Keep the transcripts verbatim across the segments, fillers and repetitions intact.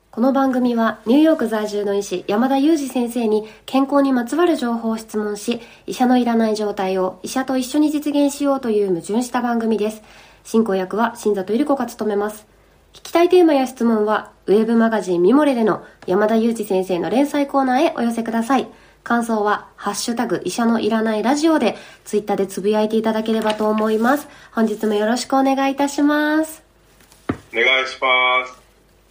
この番組はニューヨーク在住の医師山田裕二先生に健康にまつわる情報を質問し、医者のいらない状態を医者と一緒に実現しようという矛盾した番組です。進行役は新里ゆり子が務めます。聞きたいテーマや質問はウェブマガジンミモレでの山田裕二先生の連載コーナーへお寄せください。感想はハッシュタグ医者のいらないラジオでツイッターでつぶやいていただければと思います。本日もよろしくお願いいたします。 お願いします。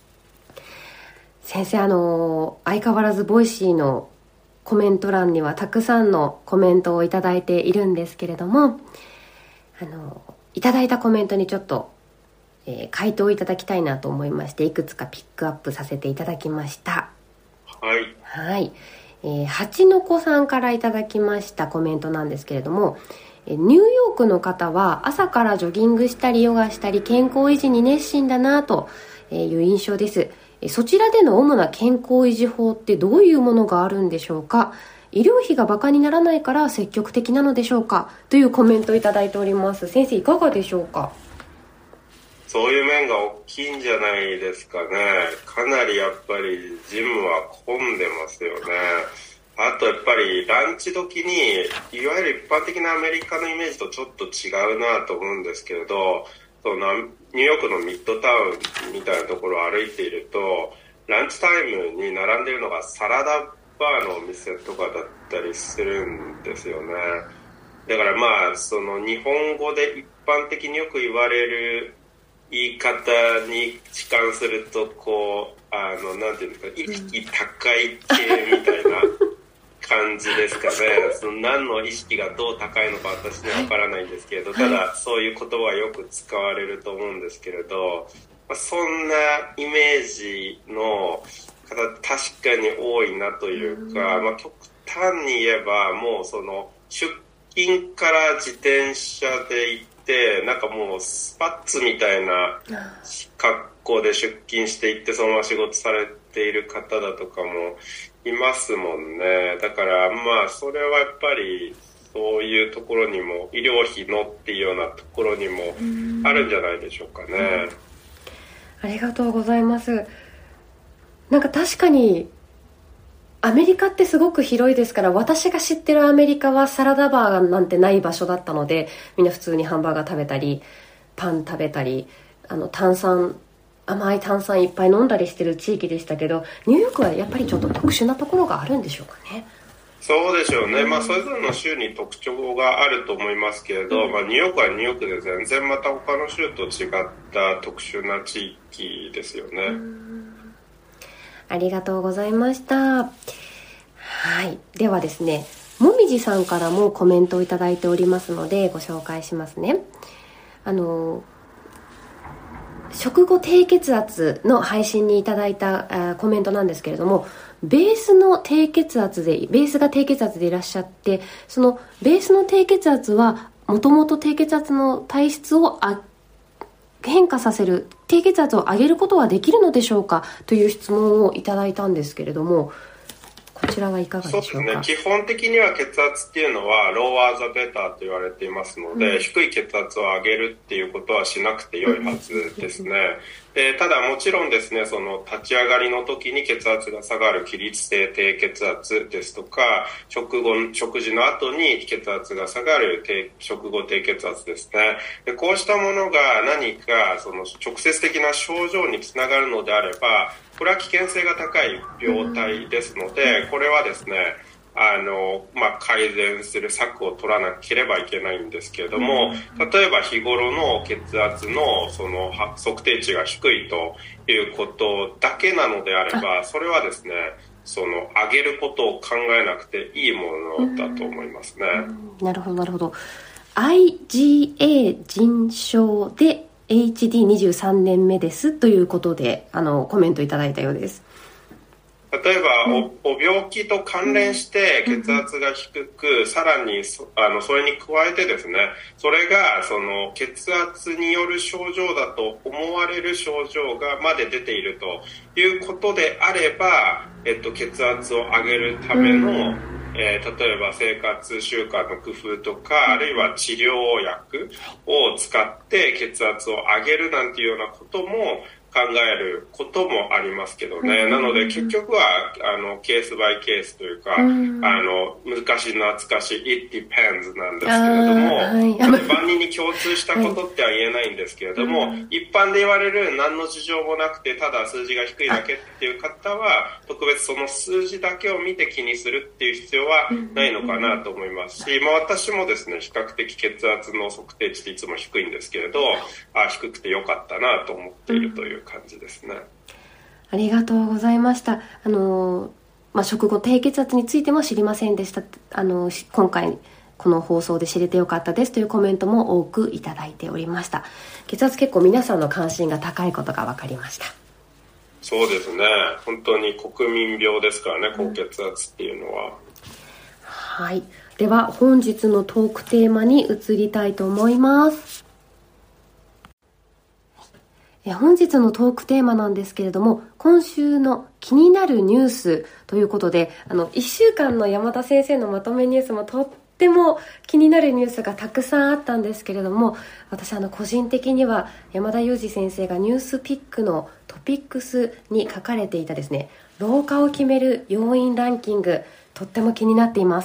先生、あの相変わらずボイシーのコメント欄にはたくさんのコメントをいただいているんですけれども、あのいただいたコメントにちょっと、えー、回答いただきたいなと思いまして、いくつかピックアップさせていただきました。 はい、 はい、えー、八の子さんからいただきましたコメントなんですけれども、ニューヨークの方は朝からジョギングしたりヨガしたり健康維持に熱心だなという印象です。そちらでの主な健康維持法ってどういうものがあるんでしょうか。医療費がバカにならないから積極的なのでしょうか、というコメントをいただいております。先生、いかがでしょうか。 そういう面が大きいんじゃないですかね。かなりやっぱりジムは混んでますよね。あとやっぱりランチ時にいわゆる一般的なアメリカのイメージとちょっと違うなと思うんですけれど、そのニューヨークのミッドタウンみたいなところを歩いていると、ランチタイムに並んでいるのがサラダバーのお店とかだったりするんですよね。だからまあその日本語で一般的によく言われる言い方に置換すると、こうあのなんていうんですか、意識高い系みたいな感じですかね。その何の意識がどう高いのか私には分からないんですけれど、ただそういう言葉はよく使われると思うんですけれど、まあ、そんなイメージの方確かに多いなというか、まあ、極端に言えばもうその出勤から自転車で行って、なんかもうスパッツみたいな格好で出勤していってそのまま仕事されている方だとかもいますもんね。だからまあそれはやっぱりそういうところにも医療費のっていうようなところにもあるんじゃないでしょうかね。 ありがとうございます。なんか確かにアメリカってすごく広いですから、私が知ってるアメリカはサラダバーなんてない場所だったので、みんな普通にハンバーガー食べたりパン食べたり、あの炭酸甘い炭酸いっぱい飲んだりしてる地域でしたけど、ニューヨークはやっぱりちょっと特殊なところがあるんでしょうかね。 そうでしょうね。まあそれぞれの州に特徴があると思いますけれど、まあニューヨークはニューヨークで全然また他の州と違った特殊な地域ですよね。 ありがとうございました。はい。ではですね、もみじさんからもコメントをいただいておりますのでご紹介しますね。あの食後低血圧の配信にいただいたコメントなんですけれども、ベースの低血圧でベースが低血圧でいらっしゃって、そのベースの低血圧はもともと低血圧の体質をあ変化させる、低血圧を上げることはできるのでしょうか、という質問をいただいたんですけれども、こちらはいかがでしょうか。 そうですね、基本的には血圧っていうのはローワーザベターと言われていますので、うん、低い血圧を上げるっていうことはしなくて良いはずですね。でただもちろんですね、その立ち上がりの時に血圧が下がる起立性低血圧ですとか、食後食事の後に血圧が下がる低食後低血圧ですね。でこうしたものが何かその直接的な症状につながるのであれば、これは危険性が高い病態ですので、これはですね、あの、まあ、改善する策を取らなければいけないんですけれども、例えば日頃の血圧のその測定値が低いということだけなのであれば、それはですね、その上げることを考えなくていいものだと思いますね。 なるほどなるほど。 アイジーエー 腎症でエイチディーにじゅうさん 年目ですということで、あのコメントいただいたようです。 例えば、うん、お, お病気と関連して血圧が低く、うん、さらに そ, あのそれに加えてですね、それがその血圧による症状だと思われる症状がまで出ているということであれば、えっと、血圧を上げるための、うんえー、例えば生活習慣の工夫とか、あるいは治療薬を使って血圧を上げるなんていうようなことも考えることもありますけどね、うん、なので結局はあのケースバイケースというか、うん、あの昔懐かしい It depends なんですけれども、はい、万人に共通したことっては言えないんですけれども、はい、一般で言われる何の事情もなくてただ数字が低いだけっていう方は特別その数字だけを見て気にするっていう必要はないのかなと思いますし、まあ、私もですね比較的血圧の測定値っていつも低いんですけれど、あ低くてよかったなと思っているという感じですね。 ありがとうございました。あの、まあ、食後低血圧についても知りませんでした。あの今回この放送で知れてよかったですというコメントも多くいただいておりました。血圧結構皆さんの関心が高いことが分かりました。 そうですね、本当に国民病ですからね、高血圧っていうのは、うん、 はい、では本日のトークテーマに移りたいと思います。本日のトークテーマなんですけれども、今週の気になるニュースということで、あのいっしゅうかんの山田先生のまとめニュースもとっても気になるニュースがたくさんあったんですけれども、私あの個人的には山田裕二先生がニュースピックのトピックスに書かれていたですね、老化を決める要因ランキング、とっても気になっています。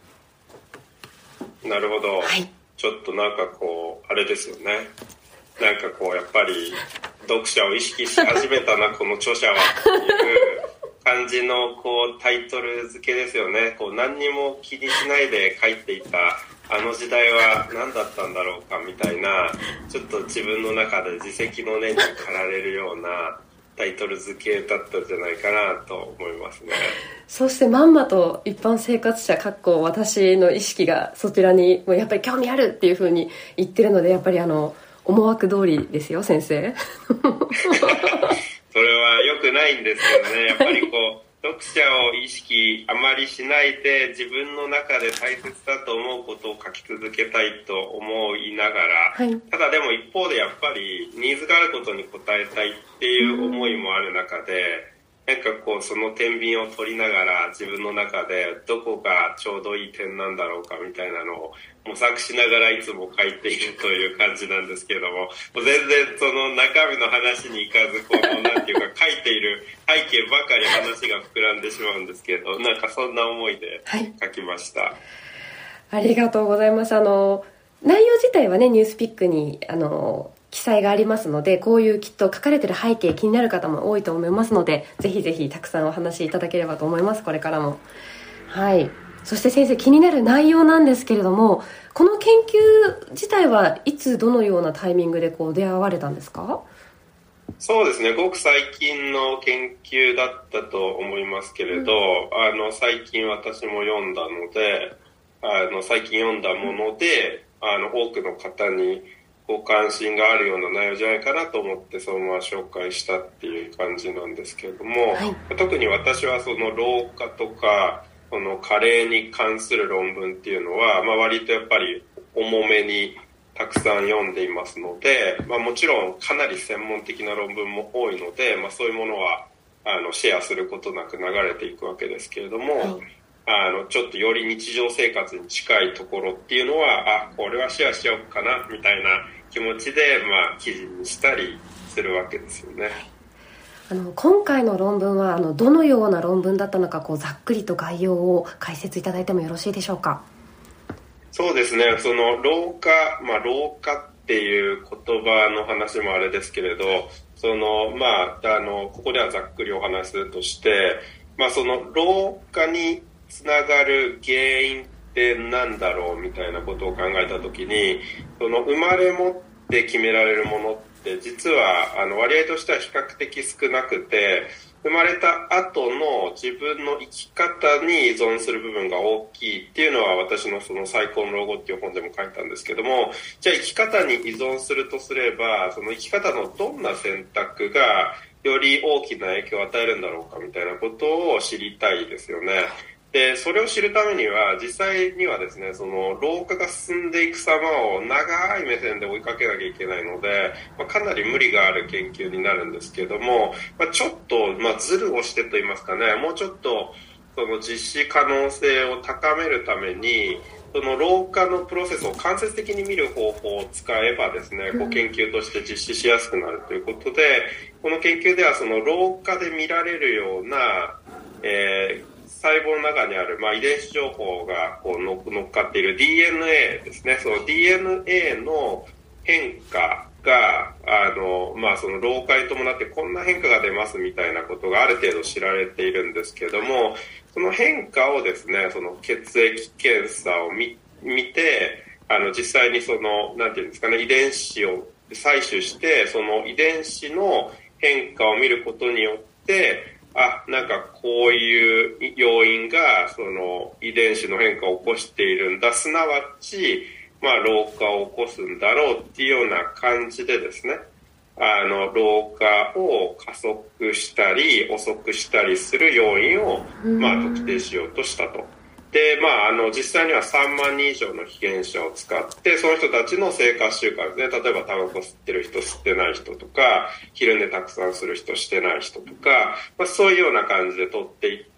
なるほど、 はい、 ちょっとなんかこうあれですよね、なんかこうやっぱり読者を意識し始めたなこの著者はっていう感じのこうタイトル付けですよね。こう何にも気にしないで書いていたあの時代は何だったんだろうかみたいな、ちょっと自分の中で自責の念に駆られるようなタイトル付けだったんじゃないかなと思いますね。 そしてまんまと一般生活者かっこ私の意識がそちらにもうやっぱり興味あるっていう風に言ってるので、やっぱりあの思惑通りですよ先生それは良くないんですけどね、やっぱりこう読者を意識あまりしないで自分の中で大切だと思うことを書き続けたいと思いながら、はい、ただでも一方でやっぱりニーズがあることに応えたいっていう思いもある中で、なんかこうその天秤を取りながら自分の中でどこがちょうどいい点なんだろうかみたいなのを模索しながらいつも書いているという感じなんですけれども、もう全然その中身の話に行かず、このなんていうか書いている背景ばかり話が膨らんでしまうんですけど、なんかそんな思いで書きました。はい、 ありがとうございます。あの内容自体はねニュースピックにあの記載がありますので、こういうきっと書かれてる背景気になる方も多いと思いますので、ぜひぜひたくさんお話しいただければと思います。これからも。はい。そして先生、気になる内容なんですけれども、この研究自体はいつどのようなタイミングでこう出会われたんですか？ そうですね、ごく最近の研究だったと思いますけれど、うん、あの最近私も読んだので、あの最近読んだもので、あの多くの方にご関心があるような内容じゃないかなと思ってそのまま紹介したっていう感じなんですけれども、はい、特に私はその老化とかその加齢に関する論文っていうのは、まあ、割とやっぱり重めにたくさん読んでいますので、まあ、もちろんかなり専門的な論文も多いので、まあ、そういうものはあのシェアすることなく流れていくわけですけれども、はい、あのちょっとより日常生活に近いところっていうのは、あ、これはシェアしようかなみたいな気持ちで、まあ、記事にしたりするわけですよね。 あの今回の論文はあのどのような論文だったのか、こうざっくりと概要を解説いただいてもよろしいでしょうか？ そうですね、その老化、まあ、老化っていう言葉の話もあれですけれど、その、まあ、あのここではざっくりお話するとして、まあ、その老化につながる原因って何だろうみたいなことを考えたときに、その生まれ持って決められるものって実はあの割合としては比較的少なくて、生まれた後の自分の生き方に依存する部分が大きいっていうのは私のその最高の老後っていう本でも書いたんですけども、じゃあ生き方に依存するとすれば、その生き方のどんな選択がより大きな影響を与えるんだろうかみたいなことを知りたいですよね。で、それを知るためには実際にはですね、その老化が進んでいく様を長い目線で追いかけなきゃいけないので、まあ、かなり無理がある研究になるんですけども、まあ、ちょっと、まあ、ズルをしてと言いますかね、もうちょっとその実施可能性を高めるために、 その老化のプロセスを間接的に見る方法を使えばですね、こう研究として実施しやすくなるということで、この研究ではその老化で見られるような、えー、細胞の中にある、まあ、遺伝子情報がこう乗っかっている ディーエヌエー ですね。その ディーエヌエー の変化が、あの、まあ、その老化に伴ってこんな変化が出ますみたいなことがある程度知られているんですけども、その変化をですね、その血液検査を見、見て、あの、実際にその、なんていうんですかね、遺伝子を採取して、その遺伝子の変化を見ることによって、あ、なんかこういう要因が、その遺伝子の変化を起こしているんだ、すなわち、まあ、老化を起こすんだろうっていうような感じでですね、あの、老化を加速したり、遅くしたりする要因を、まあ、特定しようとしたと。で、まあ、あの、実際にはさんまんにん以上の被験者を使って、その人たちの生活習慣ですね。例えば、タバコ吸ってる人、吸ってない人とか、昼寝たくさんする人、してない人とか、まあ、そういうような感じで取っていって、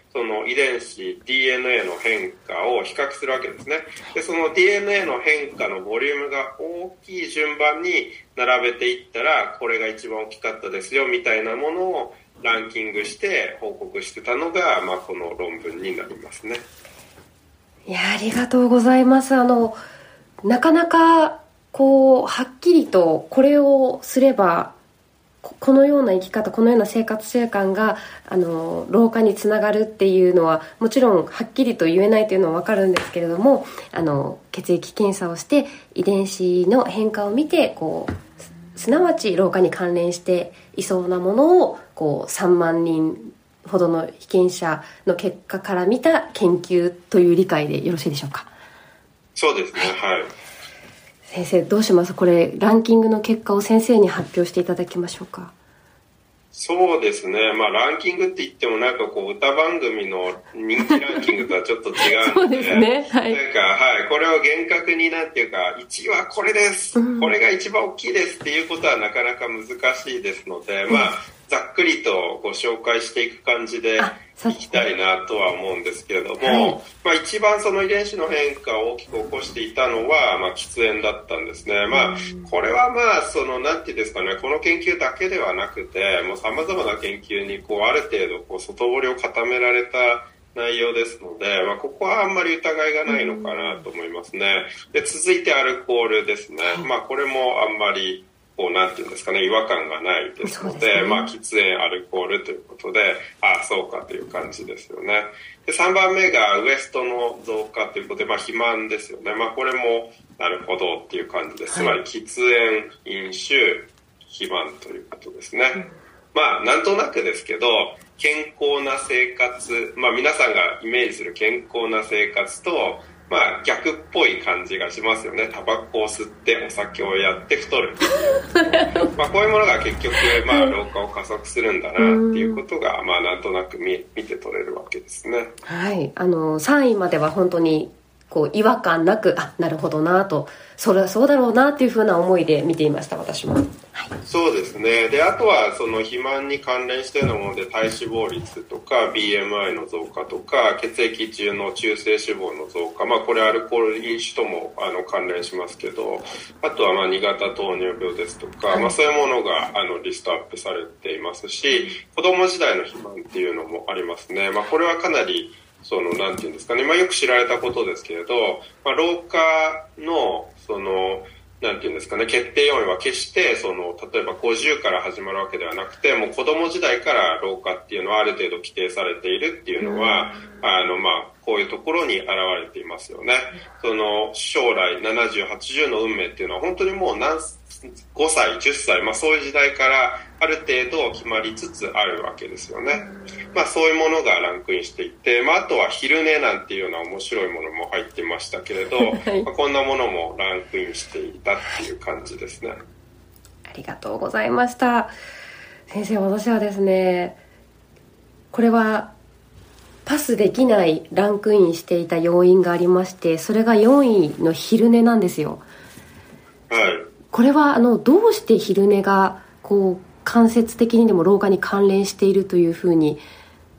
その遺伝子 ディーエヌエー の変化を比較するわけですね。で、その ディーエヌエー の変化のボリュームが大きい順番に並べていったら、これが一番大きかったですよ、みたいなものをランキングして報告してたのが、まあ、この論文になりますね。 いや、ありがとうございます。あの、なかなかこうはっきりとこれをすればこのような生き方、このような生活習慣があの老化につながるっていうのはもちろんはっきりと言えないというのは分かるんですけれども、あの血液検査をして遺伝子の変化を見てこうすなわち老化に関連していそうなものをこうさんまんにんほどの被験者の結果から見た研究という理解でよろしいでしょうか。 そうですね、はい。 先生どうします？これランキングの結果を先生に発表していただきましょうか。 そうですね、まあランキングって言ってもなんかこう歌番組の人気ランキングとはちょっと違うのでそうですね、はい、 なんか、はい、これを厳格になんていうかいちいはこれです、うん、これが一番大きいですっていうことはなかなか難しいですので、うん、まあざっくりとご紹介していく感じでいきたいなとは思うんですけれども、はい、まあ、一番その遺伝子の変化を大きく起こしていたのは、まあ、喫煙だったんですね。まあ、これはまあそのなんていうんですかね、この研究だけではなくてもう様々な研究にこうある程度こう外堀を固められた内容ですので、まあ、ここはあんまり疑いがないのかなと思いますね。で、続いてアルコールですね。まあ、これもあんまりこうなんていうんですかね、違和感がないですの で, で、ね、まあ、喫煙、アルコールということで、ああそうかという感じですよね。で、さんばんめがウエストの増加ということで、まあ、肥満ですよね。まあ、これもなるほどっていう感じです。つまり喫煙、飲酒、肥満ということですね。うん、まあ、なんとなくですけど、健康な生活、まあ、皆さんがイメージする健康な生活と、まあ逆っぽい感じがしますよね。タバコを吸ってお酒をやって太るまあこういうものが結局まあ老化を加速するんだなっていうことがまあなんとなく 見, 見て取れるわけですね。 はい、あのさんいまでは本当にこう違和感なく、あ、なるほどなと、それはそうだろうなっていう風な思いで見ていました、私も。はい、 そうですね。で、あとはその肥満に関連してのもので体脂肪率とか ビーエムアイ の増加とか血液中の中性脂肪の増加、まあこれアルコール飲酒ともあの関連しますけど、あとはまあに型糖尿病ですとか、はい、まあそういうものがあのリストアップされていますし、子供時代の肥満っていうのもありますね。まあこれはかなりそのなんていうんですかね、まあよく知られたことですけれど、まあ老化のそのなんていうんですかね、決定要因は決してその例えばごじゅうから始まるわけではなくて、もう子供時代から老化っていうのはある程度規定されているっていうのは、あのまあこういうところに現れていますよね。その将来ななじゅう、はちじゅうの運命っていうのは本当にもう何ごさい、じゅっさい、まあそういう時代からある程度決まりつつあるわけですよね。まあそういうものがランクインしていって、まああとは昼寝なんていうような面白いものも入ってましたけれど、はい、まあ、こんなものもランクインしていたっていう感じですね。 ありがとうございました。先生、私はですね、これはパスできないランクインしていた要因がありまして、それがよんいの昼寝なんですよ。 はい。 これはあのどうして昼寝がこう間接的にでも老化に関連しているというふうに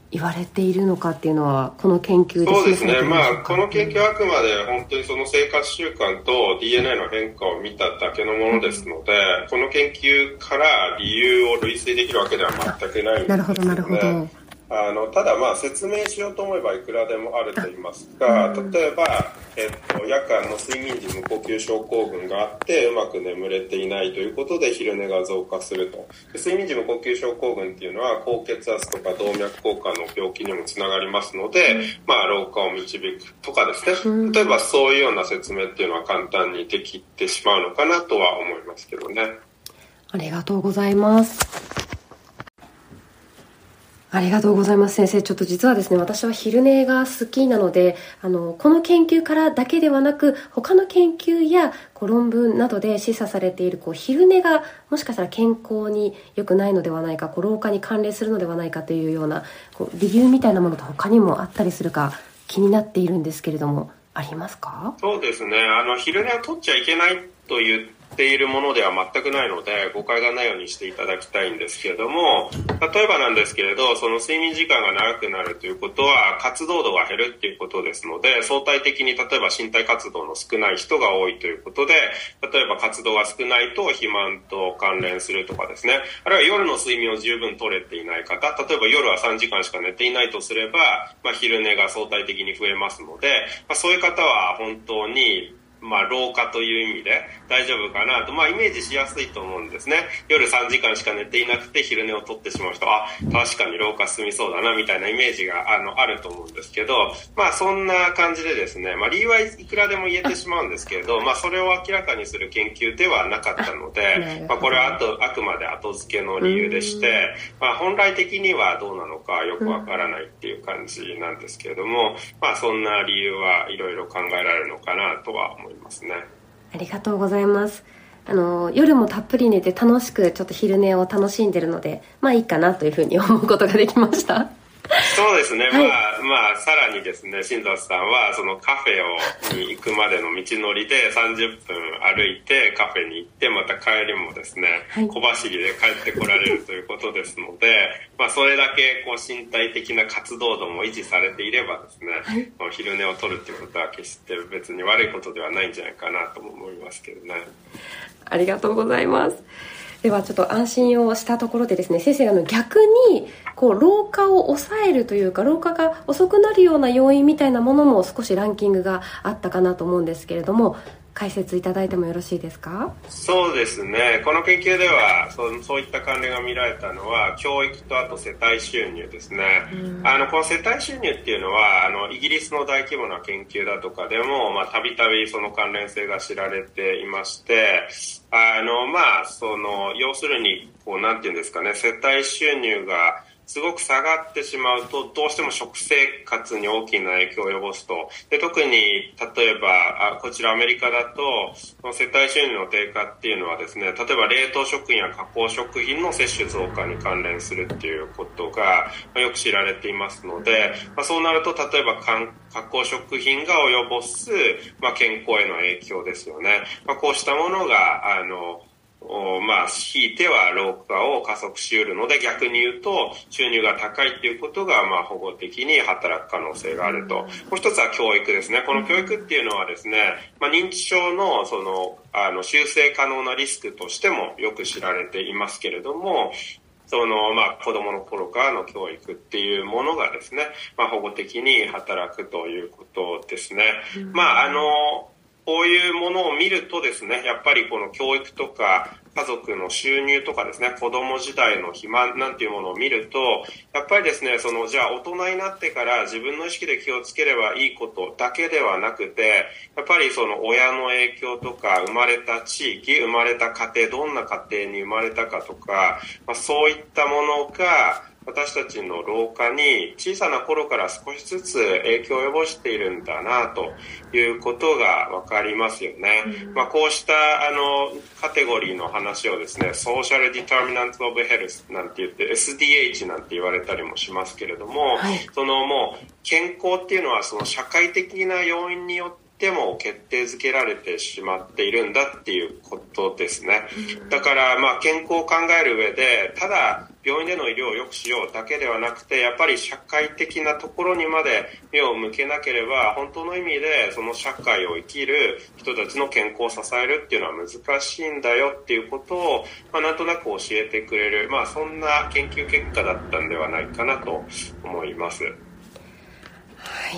言われているのかっていうのはこの研究でそうですね、 示されているんでしょうか？ まあ、この研究はあくまで本当にその生活習慣と ディーエヌエー の変化を見ただけのものですので、うん、この研究から理由を類推できるわけでは全くないんですよね。 なるほどなるほど。 あのただまあ説明しようと思えばいくらでもあると言いますが、例えば、えっと、夜間の睡眠時無呼吸症候群があってうまく眠れていないということで昼寝が増加すると。睡眠時無呼吸症候群っていうのは高血圧とか動脈硬化の病気にもつながりますので、うん、まあ老化を導くとかですね、例えばそういうような説明っていうのは簡単にできてしまうのかなとは思いますけどね。 ありがとうございます。ありがとうございます先生。ちょっと実はですね、私は昼寝が好きなので、あのこの研究からだけではなく他の研究やこう論文などで示唆されているこう昼寝がもしかしたら健康に良くないのではないか、こう老化に関連するのではないかというようなこう理由みたいなものと他にもあったりするか気になっているんですけれども、ありますか？ そうですね、あの昼寝は取っちゃいけないというているものでは全くないので誤解がないようにしていただきたいんですけれども、例えばなんですけれど、その睡眠時間が長くなるということは活動度が減るっていうことですので、相対的に例えば身体活動の少ない人が多いということで、例えば活動が少ないと肥満と関連するとかですね、あるいは夜の睡眠を十分取れていない方、例えば夜はさんじかんしか寝ていないとすれば、まあ、昼寝が相対的に増えますので、まあ、そういう方は本当にまあ、老化という意味で大丈夫かなと、まあ、イメージしやすいと思うんですね。夜さんじかんしか寝ていなくて昼寝を取ってしまう人は、あ、確かに老化進みそうだなみたいなイメージがあのあると思うんですけど、まあそんな感じでですね、まあ理由はいくらでも言えてしまうんですけれど、まあそれを明らかにする研究ではなかったので、まあこれはあとあくまで後付けの理由でして、まあ本来的にはどうなのかよくわからないっていう感じなんですけれども、まあそんな理由はいろいろ考えられるのかなとは思います。ますね。 ありがとうございます。あの夜もたっぷり寝て楽しくちょっと昼寝を楽しんでるので、まあいいかなというふうに思うことができました。 そうですね、 はい、 まあまあさらにですね、新里さんはそのカフェをに行くまでの道のりでさんじゅっぷん歩いてカフェに行って、また帰りもですね、はい、小走りで帰ってこられるということですので、まあそれだけこう身体的な活動度も維持されていればですね、はい、昼寝を取るっていうことは決して別に悪いことではないんじゃないかなとも思いますけどね。 ありがとうございます。ではちょっと安心をしたところでですね、先生、あの逆にこう老化を抑えるというか老化が遅くなるような要因みたいなものも少しランキングがあったかなと思うんですけれども、解説いただいてもよろしいですか？ そうですね、この研究では そ, そういった関連が見られたのは教育とあと世帯収入ですね。あのこの世帯収入っていうのはあのイギリスの大規模な研究だとかでもたびたびその関連性が知られていまして、あのまあその要するにこうなんていうんですかね、世帯収入がすごく下がってしまうとどうしても食生活に大きな影響を及ぼすと。で特に例えばあこちらアメリカだと世帯収入の低下っていうのはですね、例えば冷凍食品や加工食品の摂取増加に関連するっていうことがよく知られていますので、まあ、そうなると例えば加工食品が及ぼす、まあ、健康への影響ですよね。まあ、こうしたものがあのまあ、ひいては老化を加速し得るので、逆に言うと収入が高いということがまあ保護的に働く可能性があると。もう一つは教育ですね。この教育っていうのはですね、まあ、認知症のそのあの修正可能なリスクとしてもよく知られていますけれども、そのまあ子供の頃からの教育っていうものがですね、まあ、保護的に働くということですね。まああのこういうものを見るとですね、やっぱりこの教育とか家族の収入とかですね、子供時代の肥満なんていうものを見ると、やっぱりですね、そのじゃあ大人になってから自分の意識で気をつければいいことだけではなくて、やっぱりその親の影響とか生まれた地域、生まれた家庭、どんな家庭に生まれたかとか、まあ、そういったものが私たちの老化に小さな頃から少しずつ影響を及ぼしているんだなということが分かりますよね。うん、まあ、こうしたあのカテゴリーの話をですね、ソーシャルディターミナントオブヘルスなんて言って エスディーエイチ なんて言われたりもしますけれども、はい、そのもう健康っていうのはその社会的な要因によってでも決定づけられてしまっているんだっていうことですね。だからまあ健康を考える上でただ病院での医療を良くしようだけではなくて、やっぱり社会的なところにまで目を向けなければ、本当の意味でその社会を生きる人たちの健康を支えるっていうのは難しいんだよっていうことを、まあ、なんとなく教えてくれる、まあ、そんな研究結果だったんではないかなと思います。はい 、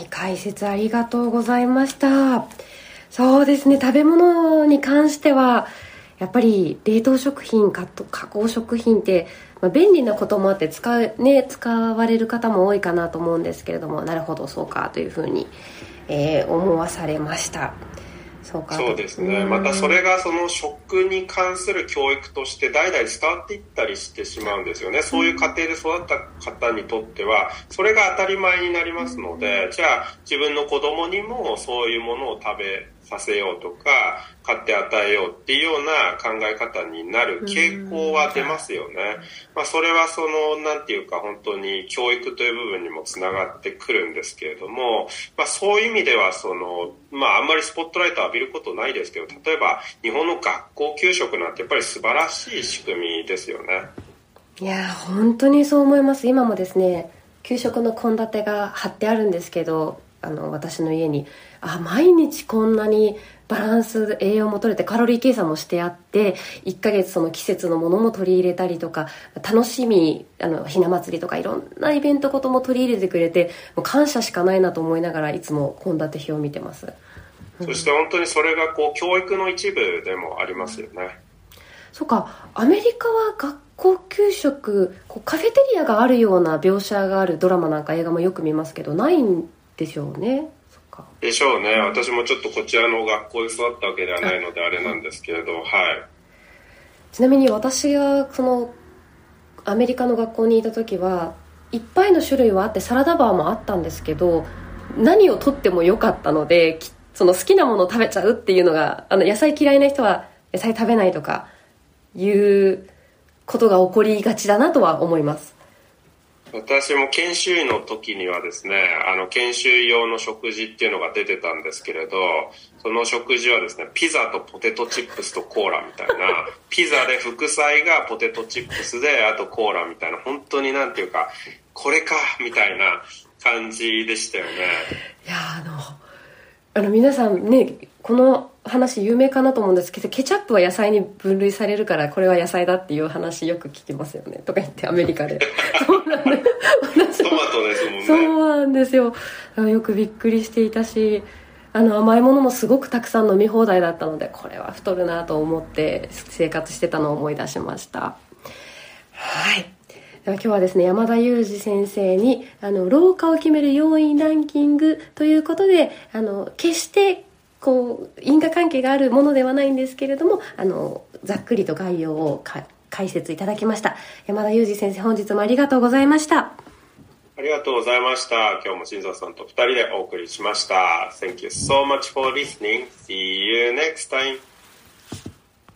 解説ありがとうございました。そうですね、食べ物に関してはやっぱり冷凍食品、加工食品って、まあ、便利なこともあって使う、ね、使われる方も多いかなと思うんですけれども、なるほどそうかというふうに、えー、思わされました。 そうか、そうですね。またそれがその食に関する教育として代々伝わっていったりしてしまうんですよね。そういう家庭で育った方にとってはそれが当たり前になりますので、じゃあ自分の子供にもそういうものを食べさせようとか買って与えようっていうような考え方になる傾向は出ますよね。まあ、それはそのなんていうか本当に教育という部分にもつながってくるんですけれども、まあ、そういう意味ではその、まあ、あんまりスポットライト浴びることないですけど、例えば日本の学校給食なんてやっぱり素晴らしい仕組みですよね。 いや本当にそう思います。今もですね、給食の献立が貼ってあるんですけど、あの私の家にあ毎日こんなにバランス栄養も取れてカロリー計算もしてあって、いっかげつその季節のものも取り入れたりとか、楽しみあのひな祭りとかいろんなイベントことも取り入れてくれて、もう感謝しかないなと思いながらいつも献立表を見てます、 うん、そして本当にそれがこう教育の一部でもありますよね。 そうか、アメリカは学校給食、こうカフェテリアがあるような描写があるドラマなんか映画もよく見ますけど、ないんでしょうね。そっかでしょうね。私もちょっとこちらの学校で育ったわけではないのであれなんですけれど、はい。 ちなみに私がそのアメリカの学校にいた時はいっぱいの種類はあってサラダバーもあったんですけど、何をとってもよかったので、その好きなものを食べちゃうっていうのが、あの野菜嫌いな人は野菜食べないとかいうことが起こりがちだなとは思います。 私も研修医の時にはですね、あの研修医用の食事っていうのが出てたんですけれど、その食事はですね、ピザとポテトチップスとコーラみたいな、ピザで副菜がポテトチップスで、あとコーラみたいな、本当になんていうかこれかみたいな感じでしたよね。 いやあのあの皆さんね、この話有名かなと思うんですけど、ケチャップは野菜に分類されるからこれは野菜だっていう話よく聞きますよねとか言って、アメリカでそうなんでトマトですもんね。 そうなんですよ。よくびっくりしていたし、あの甘いものもすごくたくさん飲み放題だったので、これは太るなと思って生活してたのを思い出しました。はい、では今日はですね、山田裕二先生にあの老化を決める要因ランキングということで、あの決してこう因果関係があるものではないんですけれども、あのざっくりと概要をか解説いただきました。山田裕二先生、本日もありがとうございました。 ありがとうございました。今日も新座さんとふたりでお送りしました。Thank you so much for listening. See you next time.